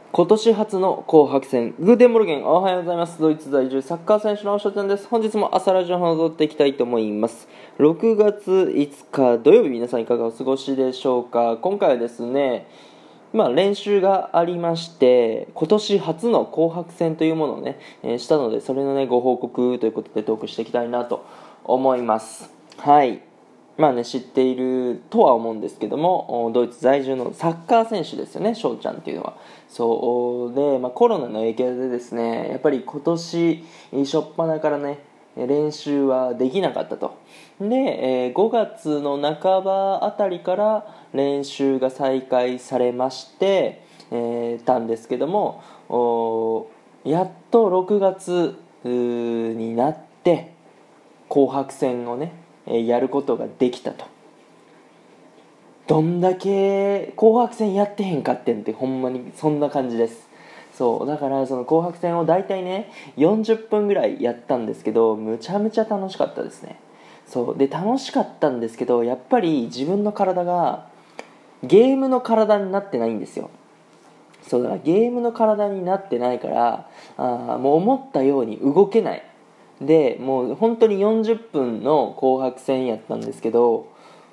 今年初の紅白戦、グーテンモルゲン、おはようございます。ドイツ在住サッカー選手の翔ちゃんです。本日も朝ラジオを撮っていきたいと思います。6月5日土曜日、皆さんいかがお過ごしでしょうか。今回はですね、練習がありまして、今年初の紅白戦というものをね、したので、それのね、ご報告ということでトークしていきたいなと思います。はい。知っているとは思うんですけども、ドイツ在住のサッカー選手ですよね、翔ちゃんっていうのは。そうで、コロナの影響でですね、やっぱり今年初っ端からね、練習はできなかったと。で、5月の半ばあたりから練習が再開されまして、たんですけども、やっと6月になって紅白戦をね、やることができたと。どんだけ紅白戦やってへんかってんってほんまにそんな感じです。そうだからその紅白戦を大体ね40分ぐらいやったんですけど、むちゃむちゃ楽しかったですね。そうで楽しかったんですけど、やっぱり自分の体がゲームの体になってないんですよ。そうだからゲームの体になってないから、もう思ったように動けない。でもう本当に40分の紅白戦やったんですけど、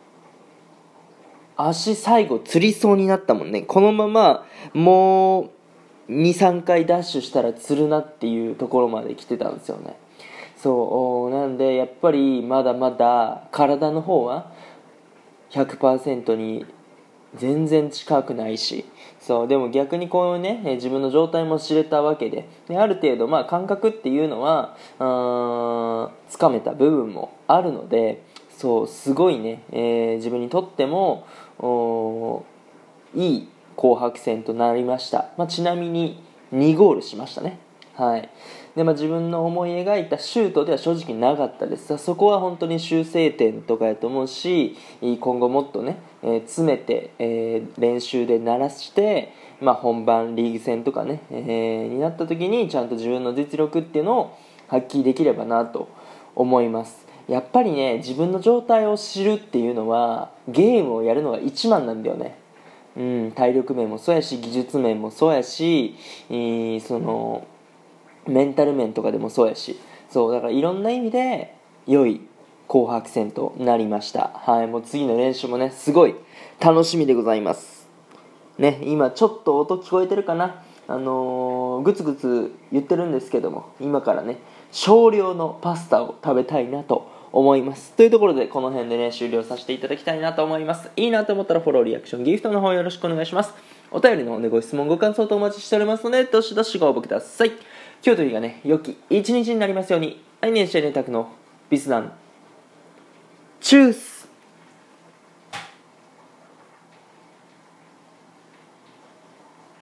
足最後つりそうになったもんね。このままもう 2,3 回ダッシュしたらつるなっていうところまで来てたんですよね。そうなんでやっぱりまだまだ体の方は 100% に全然近くないし、そうでも逆にこういうね自分の状態も知れたわけで、ある程度感覚っていうのはつかめた部分もあるので、そうすごいね、自分にとってもいい紅白戦となりました。ちなみに2ゴールしましたね。はい。で、自分の思い描いたシュートでは正直なかったです。そこは本当に修正点とかやと思うし、今後もっとね、詰めて、練習で慣らして、本番リーグ戦とかね、になった時にちゃんと自分の実力っていうのを発揮できればなと思います。やっぱりね、自分の状態を知るっていうのはゲームをやるのが一番なんだよね。体力面もそうやし、技術面もそうやし、そのメンタル面とかでもそうやし、そうだからいろんな意味で良い紅白戦となりました。はい、もう次の練習もねすごい楽しみでございますね。今ちょっと音聞こえてるかな、グツグツ言ってるんですけども、今からね少量のパスタを食べたいなと思います。というところでこの辺でね終了させていただきたいなと思います。いいなと思ったらフォロー、リアクション、ギフトの方よろしくお願いします。お便りの方でご質問ご感想とお待ちしておりますので、どしどしご応募ください。今日という日がね良き一日になりますように。アイネンシェネタクのビスダンチュース。